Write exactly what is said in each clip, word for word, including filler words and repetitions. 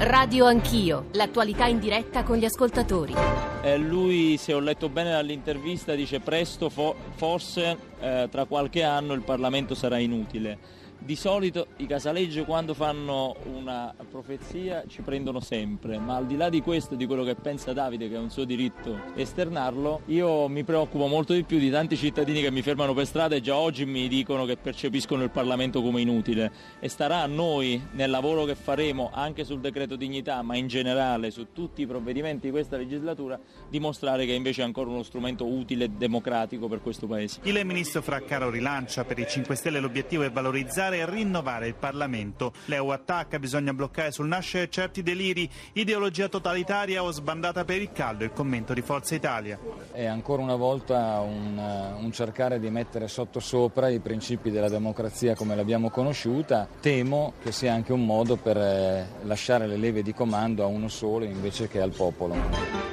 Radio Anch'io, l'attualità in diretta con gli ascoltatori. Eh, lui, se ho letto bene dall'intervista, dice presto, fo- forse eh, tra qualche anno il Parlamento sarà inutile. Di solito i Casaleggio, quando fanno una profezia, ci prendono sempre, ma al di là di questo, di quello che pensa Davide, che è un suo diritto esternarlo, io mi preoccupo molto di più di tanti cittadini che mi fermano per strada e già oggi mi dicono che percepiscono il Parlamento come inutile, e starà a noi, nel lavoro che faremo anche sul decreto dignità, ma in generale su tutti i provvedimenti di questa legislatura, dimostrare che invece è ancora uno strumento utile e democratico per questo Paese. Il ministro Fraccaro rilancia: per i cinque Stelle l'obiettivo è valorizzare e rinnovare il Parlamento. L'E U attacca: bisogna bloccare sul nascere certi deliri, ideologia totalitaria o sbandata per il caldo. Il commento di Forza Italia: è ancora una volta un, un cercare di mettere sottosopra i principi della democrazia come l'abbiamo conosciuta. Temo che sia anche un modo per eh, lasciare le leve di comando a uno solo invece che al popolo.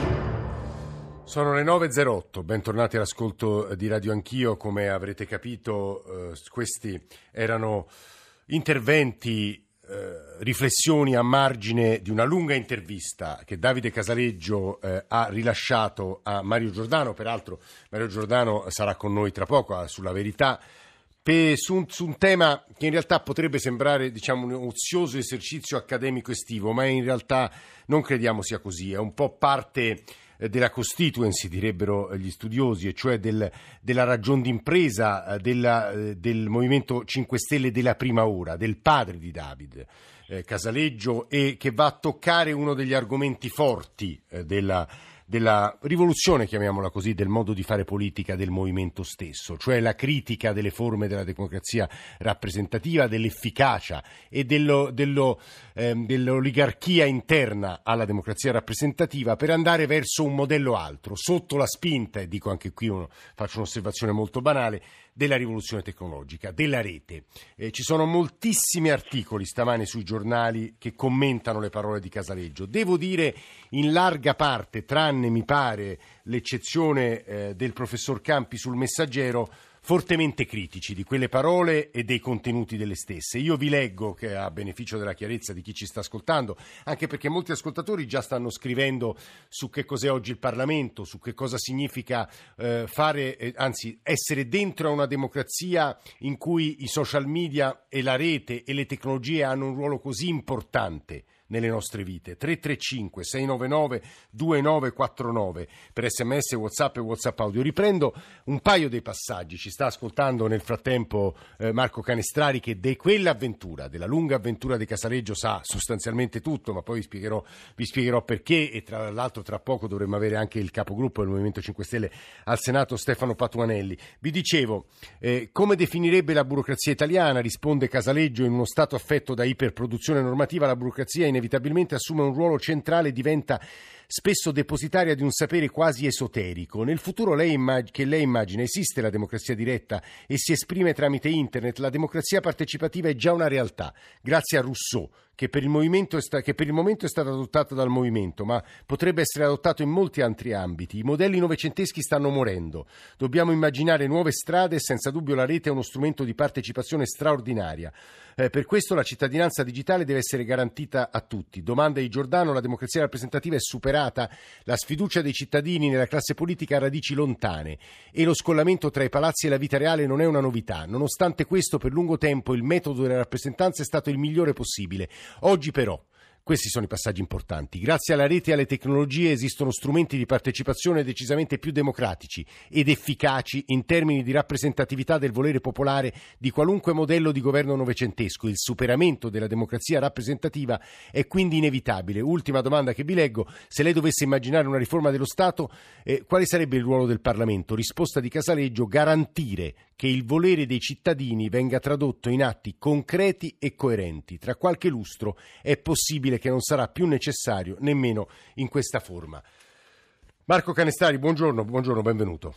Sono le nove e zero otto, bentornati all'ascolto di Radio Anch'io. Come avrete capito, eh, questi erano interventi, eh, riflessioni a margine di una lunga intervista che Davide Casaleggio eh, ha rilasciato a Mario Giordano. Peraltro Mario Giordano sarà con noi tra poco sulla Verità, per, su, su un tema che in realtà potrebbe sembrare, diciamo, un ozioso esercizio accademico estivo, ma in realtà non crediamo sia così. È un po' parte della constituency, direbbero gli studiosi, e cioè del, della ragion d'impresa della, del Movimento cinque Stelle della prima ora, del padre di Davide eh, Casaleggio, e che va a toccare uno degli argomenti forti eh, della, della rivoluzione, chiamiamola così, del modo di fare politica del movimento stesso, cioè la critica delle forme della democrazia rappresentativa, dell'efficacia e dello, dello, ehm, dell'oligarchia interna alla democrazia rappresentativa, per andare verso un modello altro, sotto la spinta, e dico anche qui, uno, faccio un'osservazione molto banale, della rivoluzione tecnologica, della rete. Eh, ci sono moltissimi articoli stamane sui giornali che commentano le parole di Casaleggio. Devo dire, in larga parte, tranne mi pare l'eccezione eh, del professor Campi sul Messaggero, fortemente critici di quelle parole e dei contenuti delle stesse. Io vi leggo, che a beneficio della chiarezza di chi ci sta ascoltando, anche perché molti ascoltatori già stanno scrivendo su che cos'è oggi il Parlamento, su che cosa significa eh, fare, eh, anzi essere dentro a una democrazia in cui i social media e la rete e le tecnologie hanno un ruolo così importante nelle nostre vite. Tre tre cinque sei nove nove due nove quattro nove per sms, WhatsApp e WhatsApp audio. Riprendo un paio dei passaggi. Ci sta ascoltando nel frattempo eh, Marco Canestrari, che di quell'avventura, della lunga avventura di Casaleggio, sa sostanzialmente tutto, ma poi vi spiegherò, vi spiegherò perché. E tra l'altro tra poco dovremmo avere anche il capogruppo del Movimento cinque Stelle al Senato, Stefano Patuanelli. Vi dicevo, eh, come definirebbe la burocrazia italiana? Risponde Casaleggio: in uno stato affetto da iperproduzione normativa, la burocrazia in inevitabilmente assume un ruolo centrale e diventa spesso depositaria di un sapere quasi esoterico. Nel futuro lei immag- che lei immagina esiste la democrazia diretta e si esprime tramite internet. La democrazia partecipativa è già una realtà, grazie a Rousseau, che per il movimento è sta- che per il momento è stato adottato dal movimento, ma potrebbe essere adottato in molti altri ambiti. I modelli novecenteschi stanno morendo. Dobbiamo immaginare nuove strade e senza dubbio la rete è uno strumento di partecipazione straordinaria. Eh, per questo la cittadinanza digitale deve essere garantita a tutti. Domanda di Giordano: la democrazia rappresentativa è superata? La sfiducia dei cittadini nella classe politica ha radici lontane e lo scollamento tra i palazzi e la vita reale non è una novità. Nonostante questo, per lungo tempo il metodo della rappresentanza è stato il migliore possibile. Oggi però, questi sono i passaggi importanti, grazie alla rete e alle tecnologie esistono strumenti di partecipazione decisamente più democratici ed efficaci in termini di rappresentatività del volere popolare di qualunque modello di governo novecentesco. Il superamento della democrazia rappresentativa è quindi inevitabile. Ultima domanda che vi leggo: se lei dovesse immaginare una riforma dello Stato, eh, quale sarebbe il ruolo del Parlamento? Risposta di Casaleggio: garantire che il volere dei cittadini venga tradotto in atti concreti e coerenti. Tra qualche lustro è possibile che non sarà più necessario nemmeno in questa forma. Marco Canestrari, buongiorno, buongiorno, benvenuto.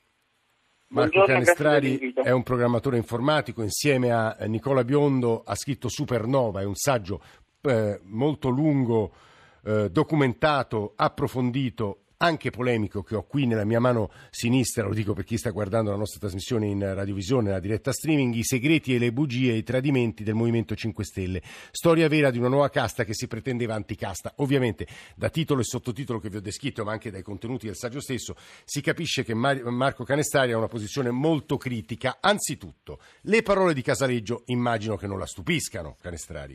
Marco buongiorno, Canestrari è un programmatore informatico, insieme a Nicola Biondo ha scritto Supernova, è un saggio eh, molto lungo, eh, documentato, approfondito, anche polemico che ho qui nella mia mano sinistra, lo dico per chi sta guardando la nostra trasmissione in radiovisione, la diretta streaming, I segreti e le bugie e i tradimenti del Movimento cinque Stelle. Storia vera di una nuova casta che si pretendeva anticasta. Ovviamente da titolo e sottotitolo che vi ho descritto, ma anche dai contenuti del saggio stesso, si capisce che Mar- Marco Canestari ha una posizione molto critica. Anzitutto, le parole di Casaleggio immagino che non la stupiscano, Canestrari.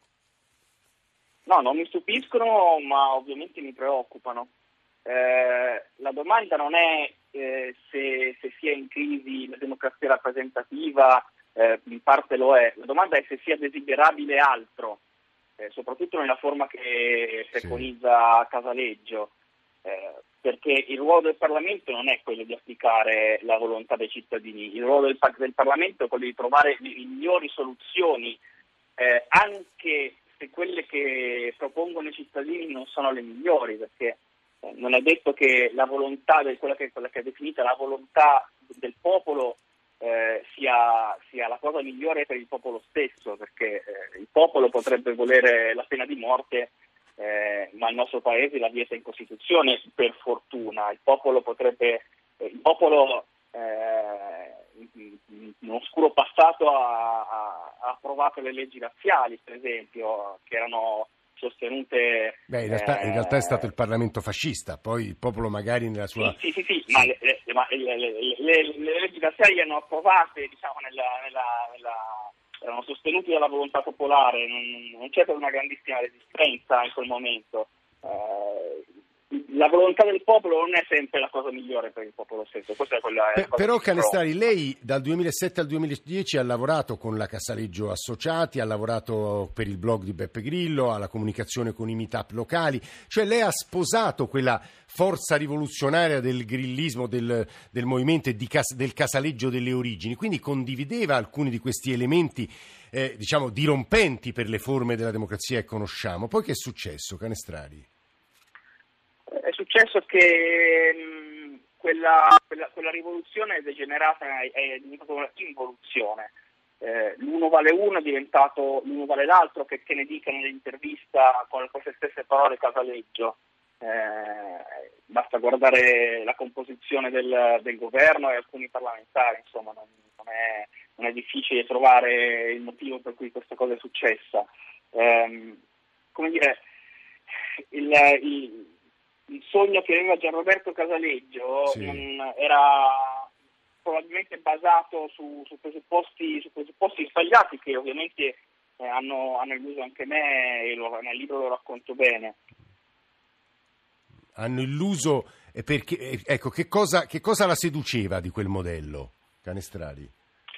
No, non mi stupiscono, ma ovviamente mi preoccupano. Eh, la domanda non è eh, se, se sia in crisi la democrazia rappresentativa, eh, in parte lo è. La domanda è se sia desiderabile altro, eh, soprattutto nella forma che preconizza sì. Casaleggio, eh, perché il ruolo del Parlamento non è quello di applicare la volontà dei cittadini, il ruolo del, del Parlamento è quello di trovare le migliori soluzioni, eh, anche se quelle che propongono i cittadini non sono le migliori, perché eh, non è detto che la volontà, del, quella, che, quella che è definita la volontà del popolo eh, sia, sia la cosa migliore per il popolo stesso, perché eh, il popolo potrebbe volere la pena di morte, eh, ma il nostro paese la vieta in Costituzione, per fortuna. Il popolo potrebbe, eh, il popolo eh, in un oscuro passato ha, ha, ha approvato le leggi razziali, per esempio, che erano sostenute. Beh, in realtà, eh, in realtà è stato il Parlamento fascista, poi il popolo magari nella sua. Sì, sì, sì, sì, ma, le, le, ma le, le, le, le leggi razziali erano approvate, diciamo, nella, nella, nella, erano sostenute dalla volontà popolare, non, non c'è stata una grandissima resistenza in quel momento. Eh, La volontà del popolo non è sempre la cosa migliore per il popolo stesso. Questa è quella, per, è la però Canestari, lei dal duemilasette al duemiladieci ha lavorato con la Casaleggio Associati, ha lavorato per il blog di Beppe Grillo, alla comunicazione con i meetup locali, cioè lei ha sposato quella forza rivoluzionaria del grillismo, del, del movimento e di, del Casaleggio delle origini, quindi condivideva alcuni di questi elementi eh, diciamo dirompenti per le forme della democrazia che conosciamo. Poi che è successo, Canestrari? È successo che mh, quella, quella, quella rivoluzione è degenerata, è, è diventata una involuzione. Eh, l'uno vale uno è diventato l'uno vale l'altro, che, che ne dica nell'intervista con queste stesse parole Casaleggio. Eh, basta guardare la composizione del, del governo e alcuni parlamentari, insomma non, non, è, non è difficile trovare il motivo per cui questa cosa è successa. Eh, come dire, il, il Il sogno che aveva Gianroberto Casaleggio sì. non, era probabilmente basato su, su, presupposti, su presupposti sbagliati che ovviamente eh, hanno, hanno illuso anche me, e lo, nel libro lo racconto bene. Hanno illuso perché, ecco, che cosa, che cosa la seduceva di quel modello, Canestrari?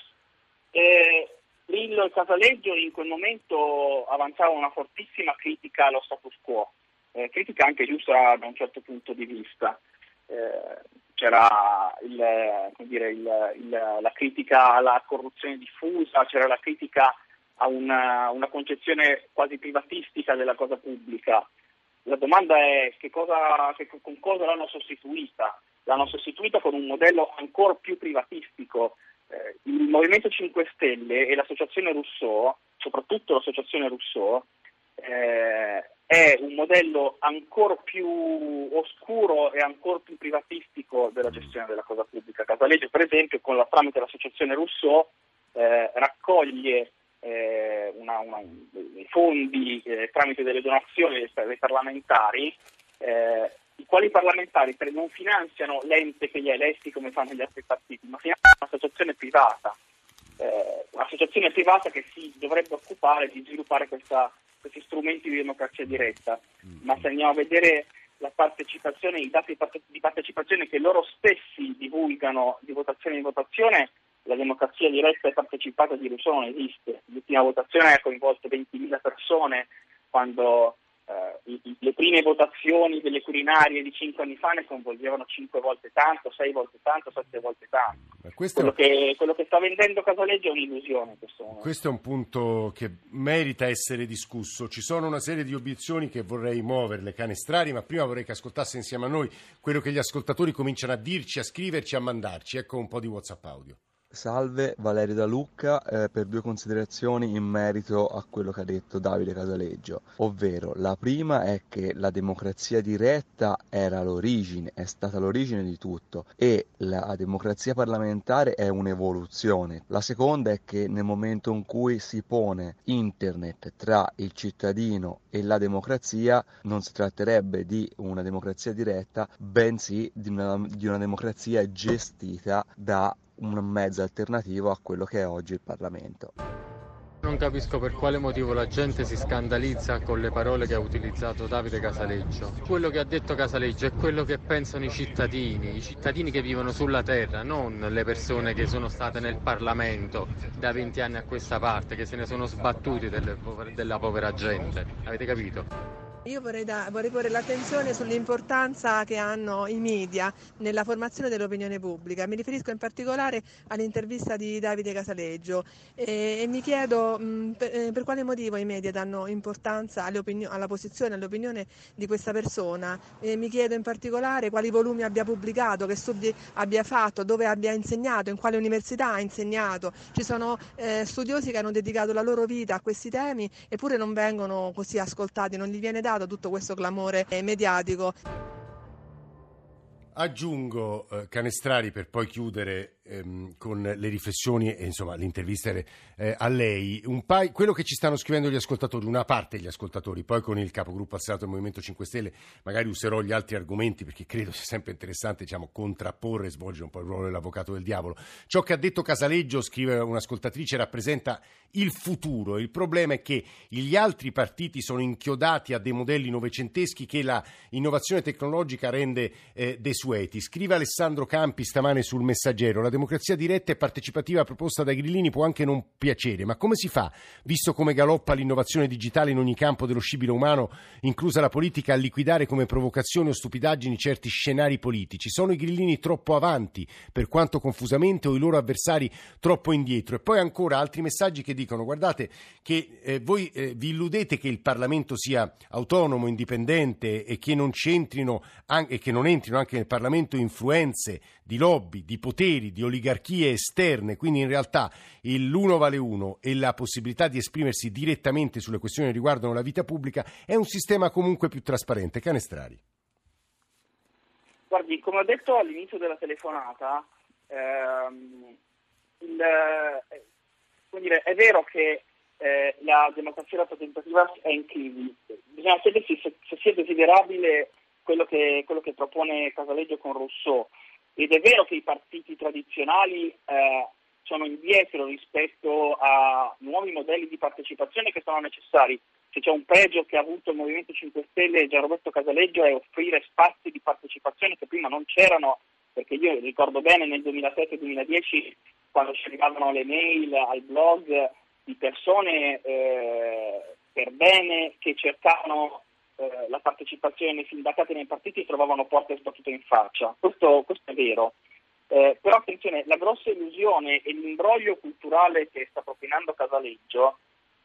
Eh, Grillo e Casaleggio in quel momento avanzavano una fortissima critica allo status quo. Eh, critica anche giusta da un certo punto di vista. Eh, c'era il, come dire, il, il, la critica alla corruzione diffusa, c'era la critica a una, una concezione quasi privatistica della cosa pubblica. La domanda è che cosa, che, con cosa l'hanno sostituita? L'hanno sostituita con un modello ancora più privatistico. Eh, il Movimento cinque Stelle e l'associazione Rousseau, soprattutto l'associazione Rousseau, eh, è un modello ancora più oscuro e ancora più privatistico della gestione della cosa pubblica. Casaleggio, per esempio, con la, tramite l'associazione Rousseau, eh, raccoglie eh, una, una, dei fondi eh, tramite delle donazioni dei, dei parlamentari, eh, i quali parlamentari non finanziano l'ente che li ha eletti come fanno gli altri partiti, ma finanziano un'associazione privata, eh, un'associazione privata che si dovrebbe occupare di sviluppare questa questi strumenti di democrazia diretta. Ma se andiamo a vedere la partecipazione, i dati di partecipazione che loro stessi divulgano di votazione in votazione, la democrazia diretta e partecipata di Rousseau non esiste. L'ultima votazione ha coinvolto ventimila persone, quando eh, le prime votazioni delle Quirinarie di cinque anni fa ne coinvolgevano cinque volte tanto, sei volte tanto, sette volte tanto. Questo... Quello, che, quello che sta vendendo Casaleggio è un'illusione in questo momento. Questo è un punto che merita essere discusso. Ci sono una serie di obiezioni che vorrei muoverle, Canestrari, ma prima vorrei che ascoltasse insieme a noi quello che gli ascoltatori cominciano a dirci, a scriverci, a mandarci. Ecco un po' di WhatsApp audio. Salve, Valerio Da Lucca, eh, per due considerazioni in merito a quello che ha detto Davide Casaleggio, ovvero la prima è che la democrazia diretta era l'origine, è stata l'origine di tutto e la democrazia parlamentare è un'evoluzione. La seconda è che nel momento in cui si pone internet tra il cittadino e la democrazia non si tratterebbe di una democrazia diretta, bensì di una, di una democrazia gestita da un mezzo alternativo a quello che è oggi il Parlamento. Non capisco per quale motivo la gente si scandalizza con le parole che ha utilizzato Davide Casaleggio. Quello che ha detto Casaleggio è quello che pensano i cittadini, i cittadini che vivono sulla terra, non le persone che sono state nel Parlamento da venti anni a questa parte, che se ne sono sbattuti delle, della povera gente. Avete capito? Io vorrei, da, vorrei porre l'attenzione sull'importanza che hanno i media nella formazione dell'opinione pubblica. Mi riferisco in particolare all'intervista di Davide Casaleggio e, e mi chiedo mh, per, per quale motivo i media danno importanza alle opinio- alla posizione, all'opinione di questa persona. E mi chiedo in particolare quali volumi abbia pubblicato, che studi abbia fatto, dove abbia insegnato, in quale università ha insegnato. Ci sono eh, studiosi che hanno dedicato la loro vita a questi temi eppure non vengono così ascoltati, non gli viene dato tutto questo clamore mediatico. Aggiungo, eh, Canestrari, per poi chiudere ehm, con le riflessioni e insomma l'intervista eh, a lei, un paio, quello che ci stanno scrivendo gli ascoltatori, una parte degli ascoltatori, poi con il capogruppo al Senato del Movimento cinque Stelle magari userò gli altri argomenti perché credo sia sempre interessante, diciamo, contrapporre e svolgere un po' il ruolo dell'avvocato del diavolo. Ciò che ha detto Casaleggio, scrive un'ascoltatrice, rappresenta il futuro. Il problema è che gli altri partiti sono inchiodati a dei modelli novecenteschi che la innovazione tecnologica rende eh, desueti. Scrive Alessandro Campi stamane sul Messaggero: la democrazia diretta e partecipativa proposta dai grillini può anche non piacere, ma come si fa, visto come galoppa l'innovazione digitale in ogni campo dello scibile umano, inclusa la politica, a liquidare come provocazioni o stupidaggini certi scenari politici? Sono i grillini troppo avanti, per quanto confusamente, o i loro avversari troppo indietro? E poi ancora altri messaggi che dicono: guardate che eh, voi eh, vi illudete che il Parlamento sia autonomo, indipendente e che non c'entrino anche, e che non entrino anche nel Parlamento influenze di lobby, di poteri, di oligarchie esterne, quindi in realtà l'uno vale uno e la possibilità di esprimersi direttamente sulle questioni che riguardano la vita pubblica è un sistema comunque più trasparente. Canestrari. Guardi, come ho detto all'inizio della telefonata, ehm, il, eh, come dire, è vero che eh, la democrazia rappresentativa è in crisi, bisogna chiedersi se, se sia desiderabile quello che, quello che propone Casaleggio con Rousseau, ed è vero che i partiti tradizionali eh, sono indietro rispetto a nuovi modelli di partecipazione che sono necessari. Se c'è un pregio che ha avuto il Movimento cinque Stelle e Gianroberto Casaleggio è offrire spazi di partecipazione che prima non c'erano, perché io ricordo bene nel duemilasette duemiladieci quando ci arrivavano le mail al blog di persone eh, per bene che cercavano eh, la partecipazione nei sindacati e nei partiti, trovavano porte sbattute in faccia. Questo, questo è vero. Eh, però attenzione, la grossa illusione e l'imbroglio culturale che sta propinando Casaleggio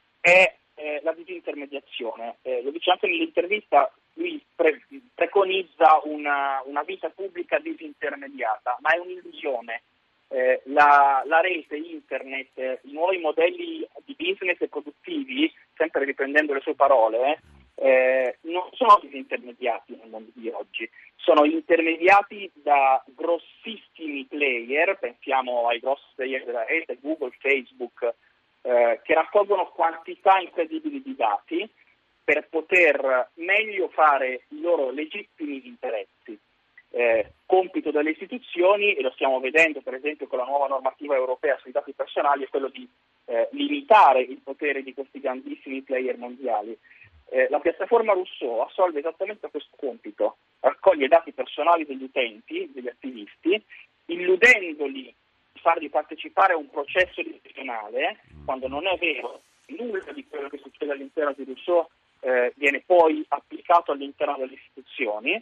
è eh, la disintermediazione. Eh, lo dice anche nell'intervista, lui pre- preconizza una, una vita pubblica disintermediata, ma è un'illusione. Eh, la, la rete, internet, eh, i nuovi modelli di business e produttivi, sempre riprendendo le sue parole, eh, non sono disintermediati nel mondo di oggi, sono intermediati da grossissimi player, pensiamo ai grossi player della rete, Google, Facebook, eh, che raccolgono quantità incredibili di dati per poter meglio fare i loro legittimi interessi. Eh, compito delle istituzioni, e lo stiamo vedendo per esempio con la nuova normativa europea sui dati personali, è quello di eh, limitare il potere di questi grandissimi player mondiali. Eh, la piattaforma Rousseau assolve esattamente questo compito, raccoglie dati personali degli utenti, degli attivisti, illudendoli di farli partecipare a un processo decisionale, quando non è vero. Nulla di quello che succede all'interno di Rousseau eh, viene poi applicato all'interno delle istituzioni,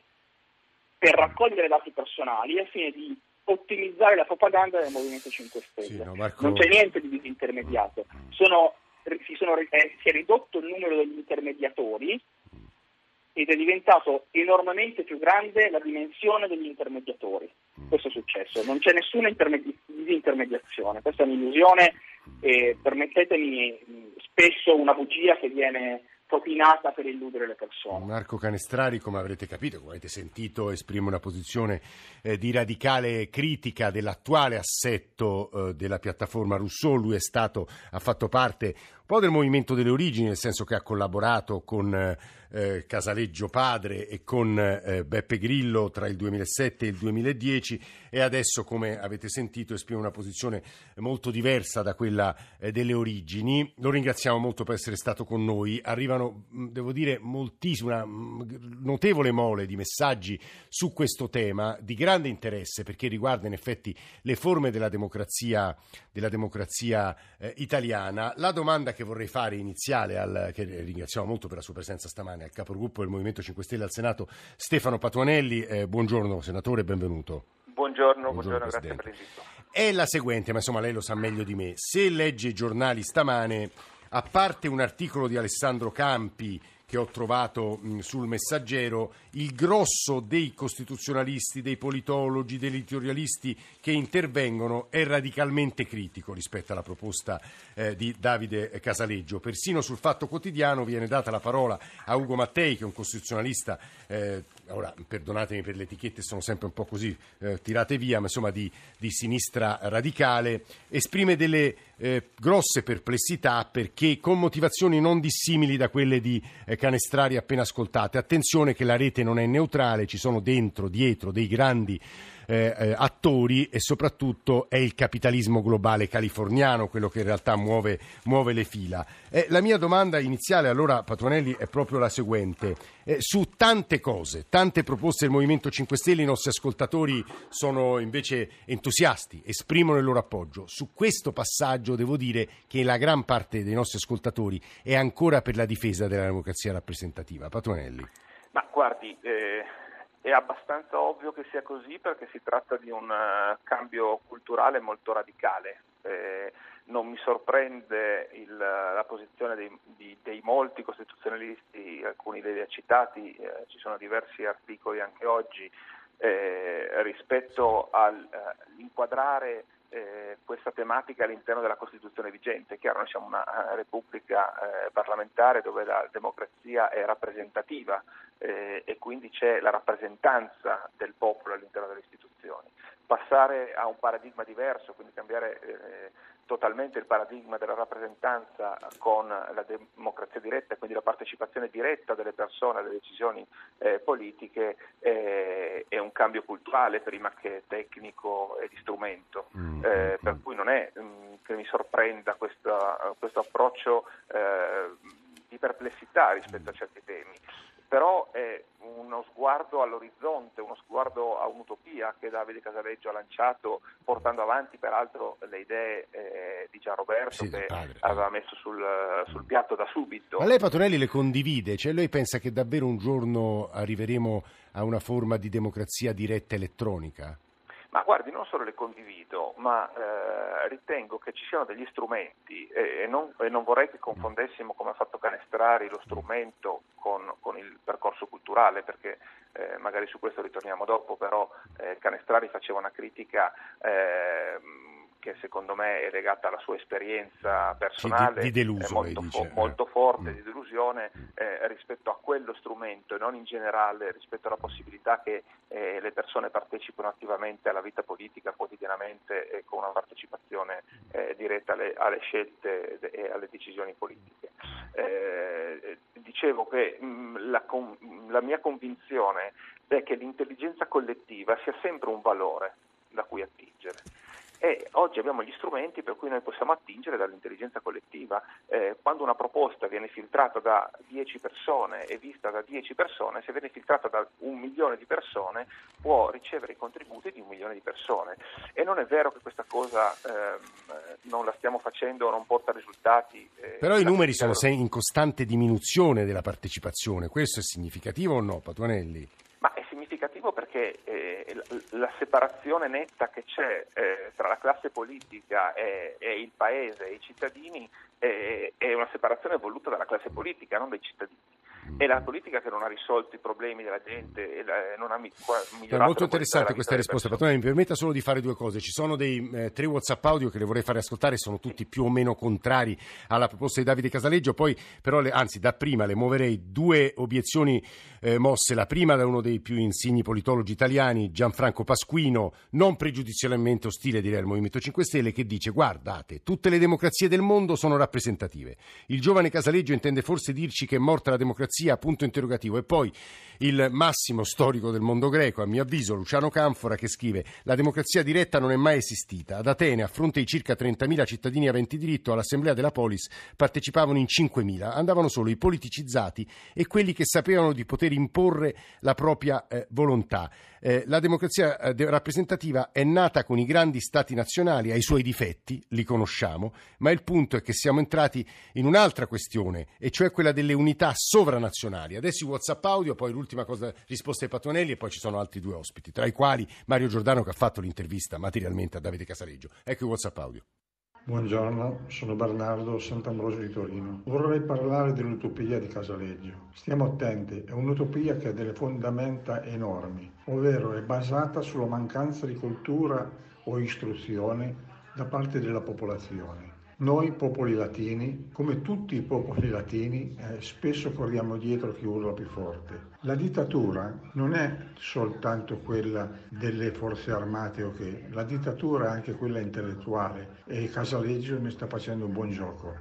per raccogliere dati personali al fine di ottimizzare la propaganda del Movimento cinque Stelle. Sì, no, Marco... Non c'è niente di disintermediato. Sono, si, sono, eh, si è ridotto il numero degli intermediatori ed è diventato enormemente più grande la dimensione degli intermediatori. questo è successo, non c'è nessuna intermedi- disintermediazione, questa è un'illusione e permettetemi spesso una bugia che viene propinata per illudere le persone. Marco Canestrari, come avrete capito, come avete sentito, esprime una posizione eh, di radicale critica dell'attuale assetto eh, della piattaforma Rousseau. Lui è stato, ha fatto parte un po' del movimento delle origini, nel senso che ha collaborato con eh, Casaleggio padre e con eh, Beppe Grillo tra il duemilasette e il duemiladieci, e adesso, come avete sentito, esprime una posizione molto diversa da quella eh, delle origini. Lo ringraziamo molto per essere stato con noi. Arrivano, devo dire, moltissima, notevole mole di messaggi su questo tema di grande interesse, perché riguarda in effetti le forme della democrazia, della democrazia eh, italiana. La domanda che vorrei fare iniziale, al, che ringraziamo molto per la sua presenza stamane, al capogruppo del Movimento cinque Stelle al Senato, Stefano Patuanelli. Eh, buongiorno senatore, benvenuto. Buongiorno, buongiorno, buongiorno grazie per l'invito. È la seguente, ma insomma lei lo sa meglio di me. Se legge i giornali stamane, a parte un articolo di Alessandro Campi che ho trovato mh, sul Messaggero, il grosso dei costituzionalisti, dei politologi, degli editorialisti che intervengono è radicalmente critico rispetto alla proposta eh, di Davide Casaleggio. Persino sul Fatto Quotidiano viene data la parola a Ugo Mattei, che è un costituzionalista, eh, ora perdonatemi per le etichette, sono sempre un po' così eh, tirate via, ma insomma di, di sinistra radicale, esprime delle eh, grosse perplessità perché con motivazioni non dissimili da quelle di eh, Canestrari appena ascoltate. Attenzione che la rete non è neutrale, ci sono dentro, dietro dei grandi eh, eh, attori e soprattutto è il capitalismo globale californiano quello che in realtà muove, muove le fila. Eh, la mia domanda iniziale allora, Patuanelli, è proprio la seguente. Eh, su tante cose, tante proposte del Movimento cinque Stelle, i nostri ascoltatori sono invece entusiasti, esprimono il loro appoggio. Su questo passaggio devo dire che la gran parte dei nostri ascoltatori è ancora per la difesa della democrazia rappresentativa. Patuanelli. Ma guardi, eh, è abbastanza ovvio che sia così, perché si tratta di un uh, cambio culturale molto radicale. Eh, non mi sorprende il, la posizione dei, di, dei molti costituzionalisti, alcuni li ha citati, eh, ci sono diversi articoli anche oggi, eh, rispetto all'inquadrare eh, questa tematica all'interno della Costituzione vigente. È chiaro, noi siamo una uh, repubblica eh, parlamentare dove la democrazia è rappresentativa eh, e quindi c'è la rappresentanza del popolo all'interno delle istituzioni. Passare a un paradigma diverso, quindi cambiare eh, totalmente il paradigma della rappresentanza con la democrazia diretta, quindi la partecipazione diretta delle persone alle decisioni eh, politiche, eh, è un cambio culturale prima che tecnico e di strumento, eh, per cui non è mh, che mi sorprenda questa, questo approccio eh, di perplessità rispetto a certi temi. Però è uno sguardo all'orizzonte, uno sguardo a un'utopia che Davide Casaleggio ha lanciato, portando avanti peraltro le idee eh, di Gianroberto, sì, che padre, aveva messo sul, sul piatto da subito. Ma lei, Patuanelli, le condivide? Cioè lei pensa che davvero un giorno arriveremo a una forma di democrazia diretta elettronica? Ma guardi, non solo le condivido, ma eh, ritengo che ci siano degli strumenti eh, e, non, e non vorrei che confondessimo, come ha fatto Canestrari, lo strumento con, con il percorso culturale, perché eh, magari su questo ritorniamo dopo, però eh, Canestrari faceva una critica eh, che secondo me è legata alla sua esperienza personale, sì, di, di deluso, molto, fo- molto forte, mm. di delusione eh, rispetto a quello strumento e non in generale rispetto alla possibilità che eh, le persone partecipino attivamente alla vita politica quotidianamente e con una partecipazione eh, diretta alle, alle scelte e alle decisioni politiche. Eh, dicevo che mh, la, con, la mia convinzione è che l'intelligenza collettiva sia sempre un valore da cui attingere. E oggi abbiamo gli strumenti per cui noi possiamo attingere dall'intelligenza collettiva. Eh, quando una proposta viene filtrata da dieci persone e vista da dieci persone, se viene filtrata da un milione di persone può ricevere i contributi di un milione di persone. E non è vero che questa cosa eh, non la stiamo facendo o non porta risultati. Eh, Però i numeri sono in costante diminuzione della partecipazione, questo è significativo o no, Patuanelli? Ma è significativo perché eh, la, la separazione netta che c'è eh, tra la classe politica e, e il paese e i cittadini è, è una separazione voluta dalla classe politica, non dai cittadini. È la politica che non ha risolto i problemi della gente e la, non ha migliorato. È molto interessante questa risposta. Patonelli, mi permetta solo di fare due cose. Ci sono dei eh, tre WhatsApp audio che le vorrei fare ascoltare, sono tutti più o meno contrari alla proposta di Davide Casaleggio, poi però, le, anzi da prima le muoverei due obiezioni eh, mosse. La prima da uno dei più insigni politologi italiani, Gianfranco Pasquino, non pregiudizialmente ostile direi al Movimento cinque Stelle, che dice: guardate, tutte le democrazie del mondo sono rappresentative. Il giovane Casaleggio intende forse dirci che è morta la democrazia, punto interrogativo. E poi il massimo storico del mondo greco, a mio avviso, Luciano Canfora, che scrive: la democrazia diretta non è mai esistita. Ad Atene, a fronte di circa trentamila cittadini aventi diritto, all'assemblea della polis partecipavano in cinquemila. Andavano solo i politicizzati e quelli che sapevano di poter imporre la propria eh, volontà. Eh, la democrazia eh, rappresentativa è nata con i grandi stati nazionali, ha i suoi difetti, li conosciamo, ma il punto è che siamo entrati in un'altra questione, e cioè quella delle unità sovranazionali. Adesso i WhatsApp audio, poi l'ultima cosa, risposta ai Patonelli, e poi ci sono altri due ospiti, tra i quali Mario Giordano, che ha fatto l'intervista materialmente a Davide Casaleggio. Ecco i WhatsApp audio. Buongiorno, sono Bernardo Sant'Ambrosio di Torino. Vorrei parlare dell'utopia di Casaleggio. Stiamo attenti, è un'utopia che ha delle fondamenta enormi, ovvero è basata sulla mancanza di cultura o istruzione da parte della popolazione. Noi popoli latini, come tutti i popoli latini, eh, spesso corriamo dietro chi urla più forte. La dittatura non è soltanto quella delle forze armate o che, la dittatura è anche quella intellettuale, e Casaleggio ne sta facendo un buon gioco.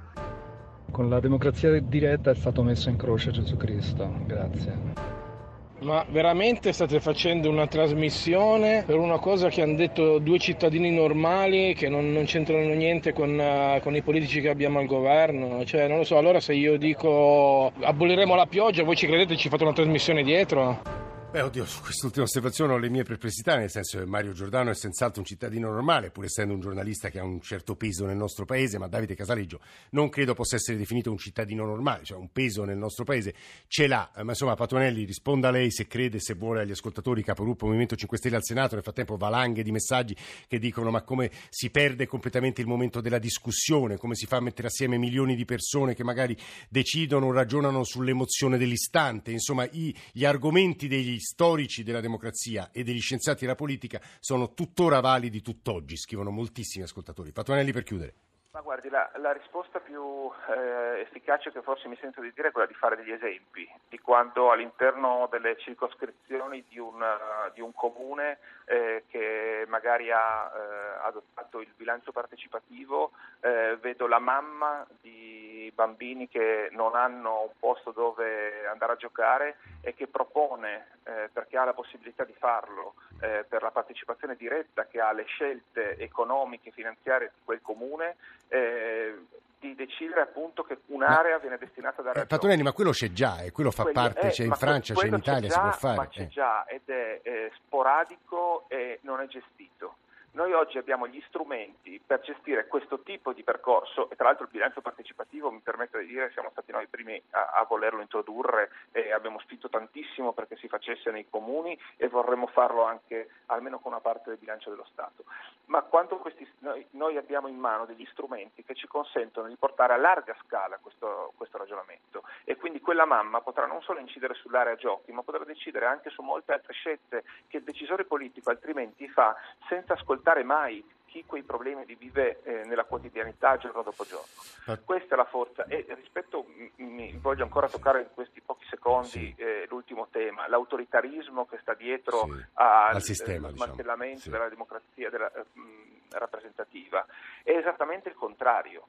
Con la democrazia diretta è stato messo in croce Gesù Cristo. Grazie. Ma veramente state facendo una trasmissione per una cosa che hanno detto due cittadini normali che non, non c'entrano niente con, uh, con i politici che abbiamo al governo? Cioè, non lo so, allora se io dico aboliremo la pioggia, voi ci credete e ci fate una trasmissione dietro? Beh, oddio, su quest'ultima osservazione ho le mie perplessità, nel senso che Mario Giordano è senz'altro un cittadino normale, pur essendo un giornalista che ha un certo peso nel nostro paese, ma Davide Casaleggio non credo possa essere definito un cittadino normale, cioè un peso nel nostro paese ce l'ha. Ma insomma, Patonelli, risponda lei se crede, se vuole, agli ascoltatori, Capogruppo Movimento cinque Stelle al Senato. Nel frattempo valanghe di messaggi che dicono: ma come si perde completamente il momento della discussione, come si fa a mettere assieme milioni di persone che magari decidono, ragionano sull'emozione dell'istante. Insomma, i, gli argomenti degli storici della democrazia e degli scienziati della politica sono tuttora validi tutt'oggi, scrivono moltissimi ascoltatori. Patonelli, per chiudere. Ma guardi, la, la risposta più eh, efficace che forse mi sento di dire è quella di fare degli esempi di quando all'interno delle circoscrizioni di un, uh, di un comune eh, che magari ha eh, adottato il bilancio partecipativo, eh, vedo la mamma di bambini che non hanno un posto dove andare a giocare e che propone, eh, perché ha la possibilità di farlo, eh, per la partecipazione diretta che ha le scelte economiche e finanziarie di quel comune, eh, di decidere appunto che un'area viene destinata a dare eh, Patonelli, ma quello c'è già, e quello fa quello, parte, eh, c'è in Francia, c'è in Italia, c'è già, si può fare. Ma c'è eh. già ed è eh, sporadico e non è gestito. Noi oggi abbiamo gli strumenti per gestire questo tipo di percorso, e tra l'altro il bilancio partecipativo, mi permetto di dire, siamo stati noi i primi a, a volerlo introdurre e abbiamo spinto tantissimo perché si facesse nei comuni, e vorremmo farlo anche almeno con una parte del bilancio dello Stato. Ma quando questi, noi, noi abbiamo in mano degli strumenti che ci consentono di portare a larga scala questo, questo ragionamento, e quindi quella mamma potrà non solo incidere sull'area giochi, ma potrà decidere anche su molte altre scelte che il decisore politico altrimenti fa senza ascoltare mai chi quei problemi li vive eh, nella quotidianità giorno dopo giorno. Ah. Questa è la forza. E rispetto, mi, mi voglio ancora toccare in questi pochi secondi sì. eh, l'ultimo tema, l'autoritarismo che sta dietro sì. al, al sistema, eh, smantellamento diciamo. sì. della democrazia della, eh, rappresentativa. È esattamente il contrario.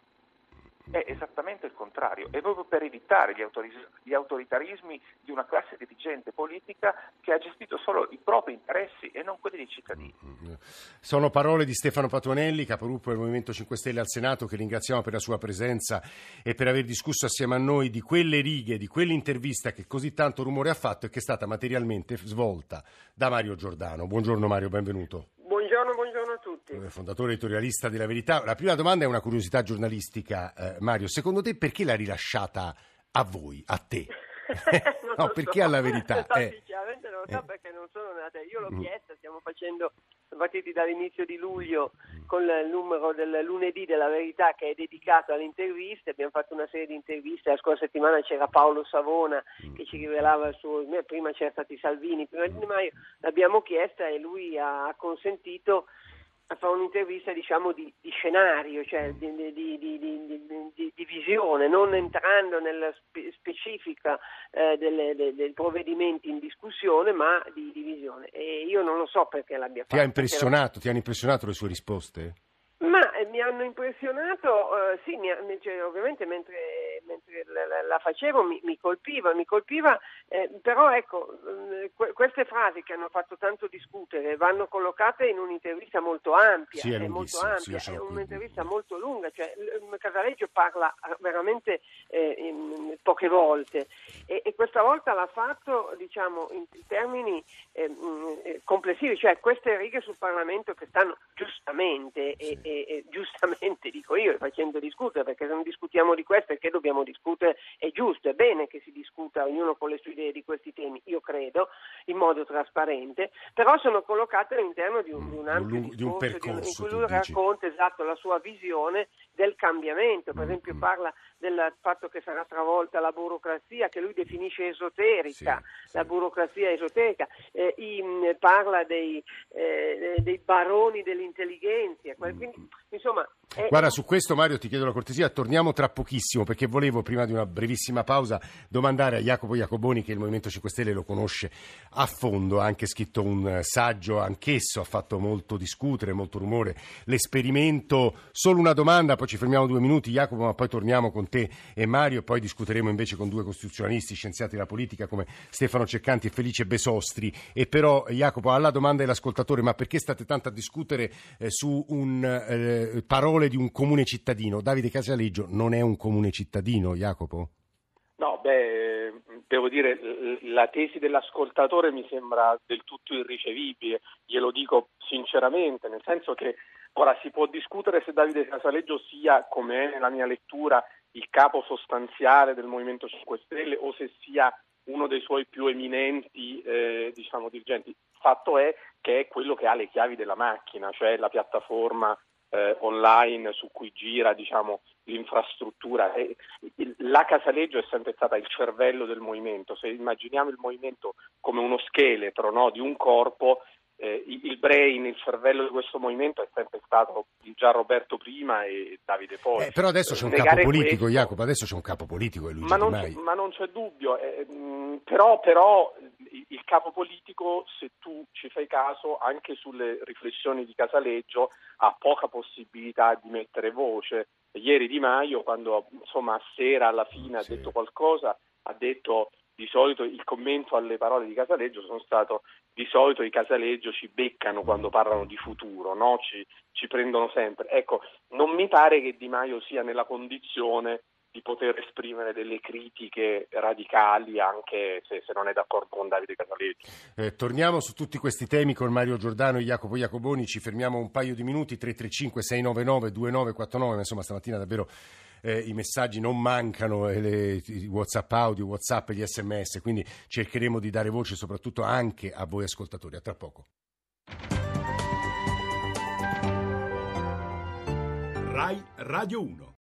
È esattamente il contrario, è proprio per evitare gli, autoris- gli autoritarismi di una classe dirigente politica che ha gestito solo i propri interessi e non quelli dei cittadini. Sono parole di Stefano Patuanelli, capogruppo del Movimento cinque Stelle al Senato, che ringraziamo per la sua presenza e per aver discusso assieme a noi di quelle righe, di quell'intervista che così tanto rumore ha fatto e che è stata materialmente svolta da Mario Giordano. Buongiorno Mario, benvenuto. Buongiorno, buongiorno a tutti. Fondatore editorialista della Verità. La prima domanda è una curiosità giornalistica, eh, Mario. Secondo te perché l'ha rilasciata a voi, a te? no, perché so. alla Verità? No, eh. sinceramente non lo so eh. perché non sono nata. Io l'ho mm. chiesta, stiamo facendo partiti dall'inizio di luglio con il numero del lunedì della Verità, che è dedicato alle interviste. Abbiamo fatto una serie di interviste, la scorsa settimana c'era Paolo Savona che ci rivelava il suo, prima c'erano stati Salvini, prima di Di Maio, l'abbiamo chiesta e lui ha consentito a fare un'intervista, diciamo, di, di scenario, cioè di, di, di, di, di, di visione, non entrando nella spe- specifica eh, delle, de, dei provvedimenti in discussione, ma di, di visione. E io non lo so perché l'abbia fatto. Ti ha impressionato, ti hanno impressionato le sue risposte? Ma eh, mi hanno impressionato, eh, sì, mi, cioè, ovviamente mentre, mentre la, la facevo mi, mi colpiva, mi colpiva, eh, però ecco, que- queste frasi che hanno fatto tanto discutere vanno collocate in un'intervista molto ampia, sì, è, è molto sì, ampia, è un'intervista molto lunga, cioè Casaleggio parla veramente eh, in, poche volte e, e questa volta l'ha fatto, diciamo, in, in termini eh, mh, complessivi, cioè queste righe sul Parlamento che stanno giustamente e, e E, e giustamente dico io, facendo discutere, perché se non discutiamo di questo, perché dobbiamo discutere? È giusto, è bene che si discuta ognuno con le sue idee di questi temi, io credo, in modo trasparente, però sono collocate all'interno di un, di un ampio di un, di un percorso, in cui lui racconta esatto la sua visione del cambiamento, per esempio parla del fatto che sarà travolta la burocrazia, che lui definisce esoterica, sì, sì. La burocrazia esoterica, eh, in, parla dei, eh, dei baroni dell'intelligenza, quindi insomma... È... Guarda, su questo Mario ti chiedo la cortesia, torniamo tra pochissimo, perché volevo prima di una brevissima pausa domandare a Jacopo Iacoboni, che il Movimento cinque Stelle lo conosce a fondo, ha anche scritto un saggio, anch'esso ha fatto molto discutere, molto rumore, l'esperimento. Solo una domanda, poi ci fermiamo due minuti Jacopo, ma poi torniamo con te e Mario e poi discuteremo invece con due costituzionalisti, scienziati della politica come Stefano Ceccanti e Felice Besostri. E però Jacopo, alla domanda dell'ascoltatore, ma perché state tanto a discutere eh, su un eh, parole di un comune cittadino? Davide Casaleggio non è un comune cittadino, Jacopo? No, beh, devo dire, la tesi dell'ascoltatore mi sembra del tutto irricevibile, glielo dico sinceramente, nel senso che ora si può discutere se Davide Casaleggio sia, come è nella mia lettura, il capo sostanziale del Movimento cinque Stelle o se sia uno dei suoi più eminenti eh, diciamo dirigenti. Fatto è che è quello che ha le chiavi della macchina, cioè la piattaforma Eh, online su cui gira diciamo l'infrastruttura. E la Casaleggio è sempre stata il cervello del movimento. Se immaginiamo il movimento come uno scheletro, no, di un corpo, eh, il brain, il cervello di questo movimento è sempre stato già Roberto prima e Davide poi. Eh, però adesso c'è un Negare capo politico, questo, Jacopo, adesso c'è un capo politico e Luigi ma Di non, Maio. Ma non c'è dubbio, eh, mh, però, però il capo politico, se tu ci fai caso, anche sulle riflessioni di Casaleggio ha poca possibilità di mettere voce. Ieri Di Maio, quando insomma a sera alla fine ha sì. detto qualcosa, ha detto di solito il commento alle parole di Casaleggio sono stato di solito i Casaleggio ci beccano quando parlano di futuro, no? ci, ci prendono sempre. Ecco, non mi pare che Di Maio sia nella condizione di poter esprimere delle critiche radicali anche se, se non è d'accordo con Davide Casaleggio. Eh, torniamo su tutti questi temi con Mario Giordano e Jacopo Iacoboni, ci fermiamo un paio di minuti, tre tre cinque sei nove nove due nove quattro nove, ma insomma stamattina davvero eh, i messaggi non mancano, eh, le, i WhatsApp audio, WhatsApp e gli sms, quindi cercheremo di dare voce soprattutto anche a voi ascoltatori. A tra poco. Rai Radio uno.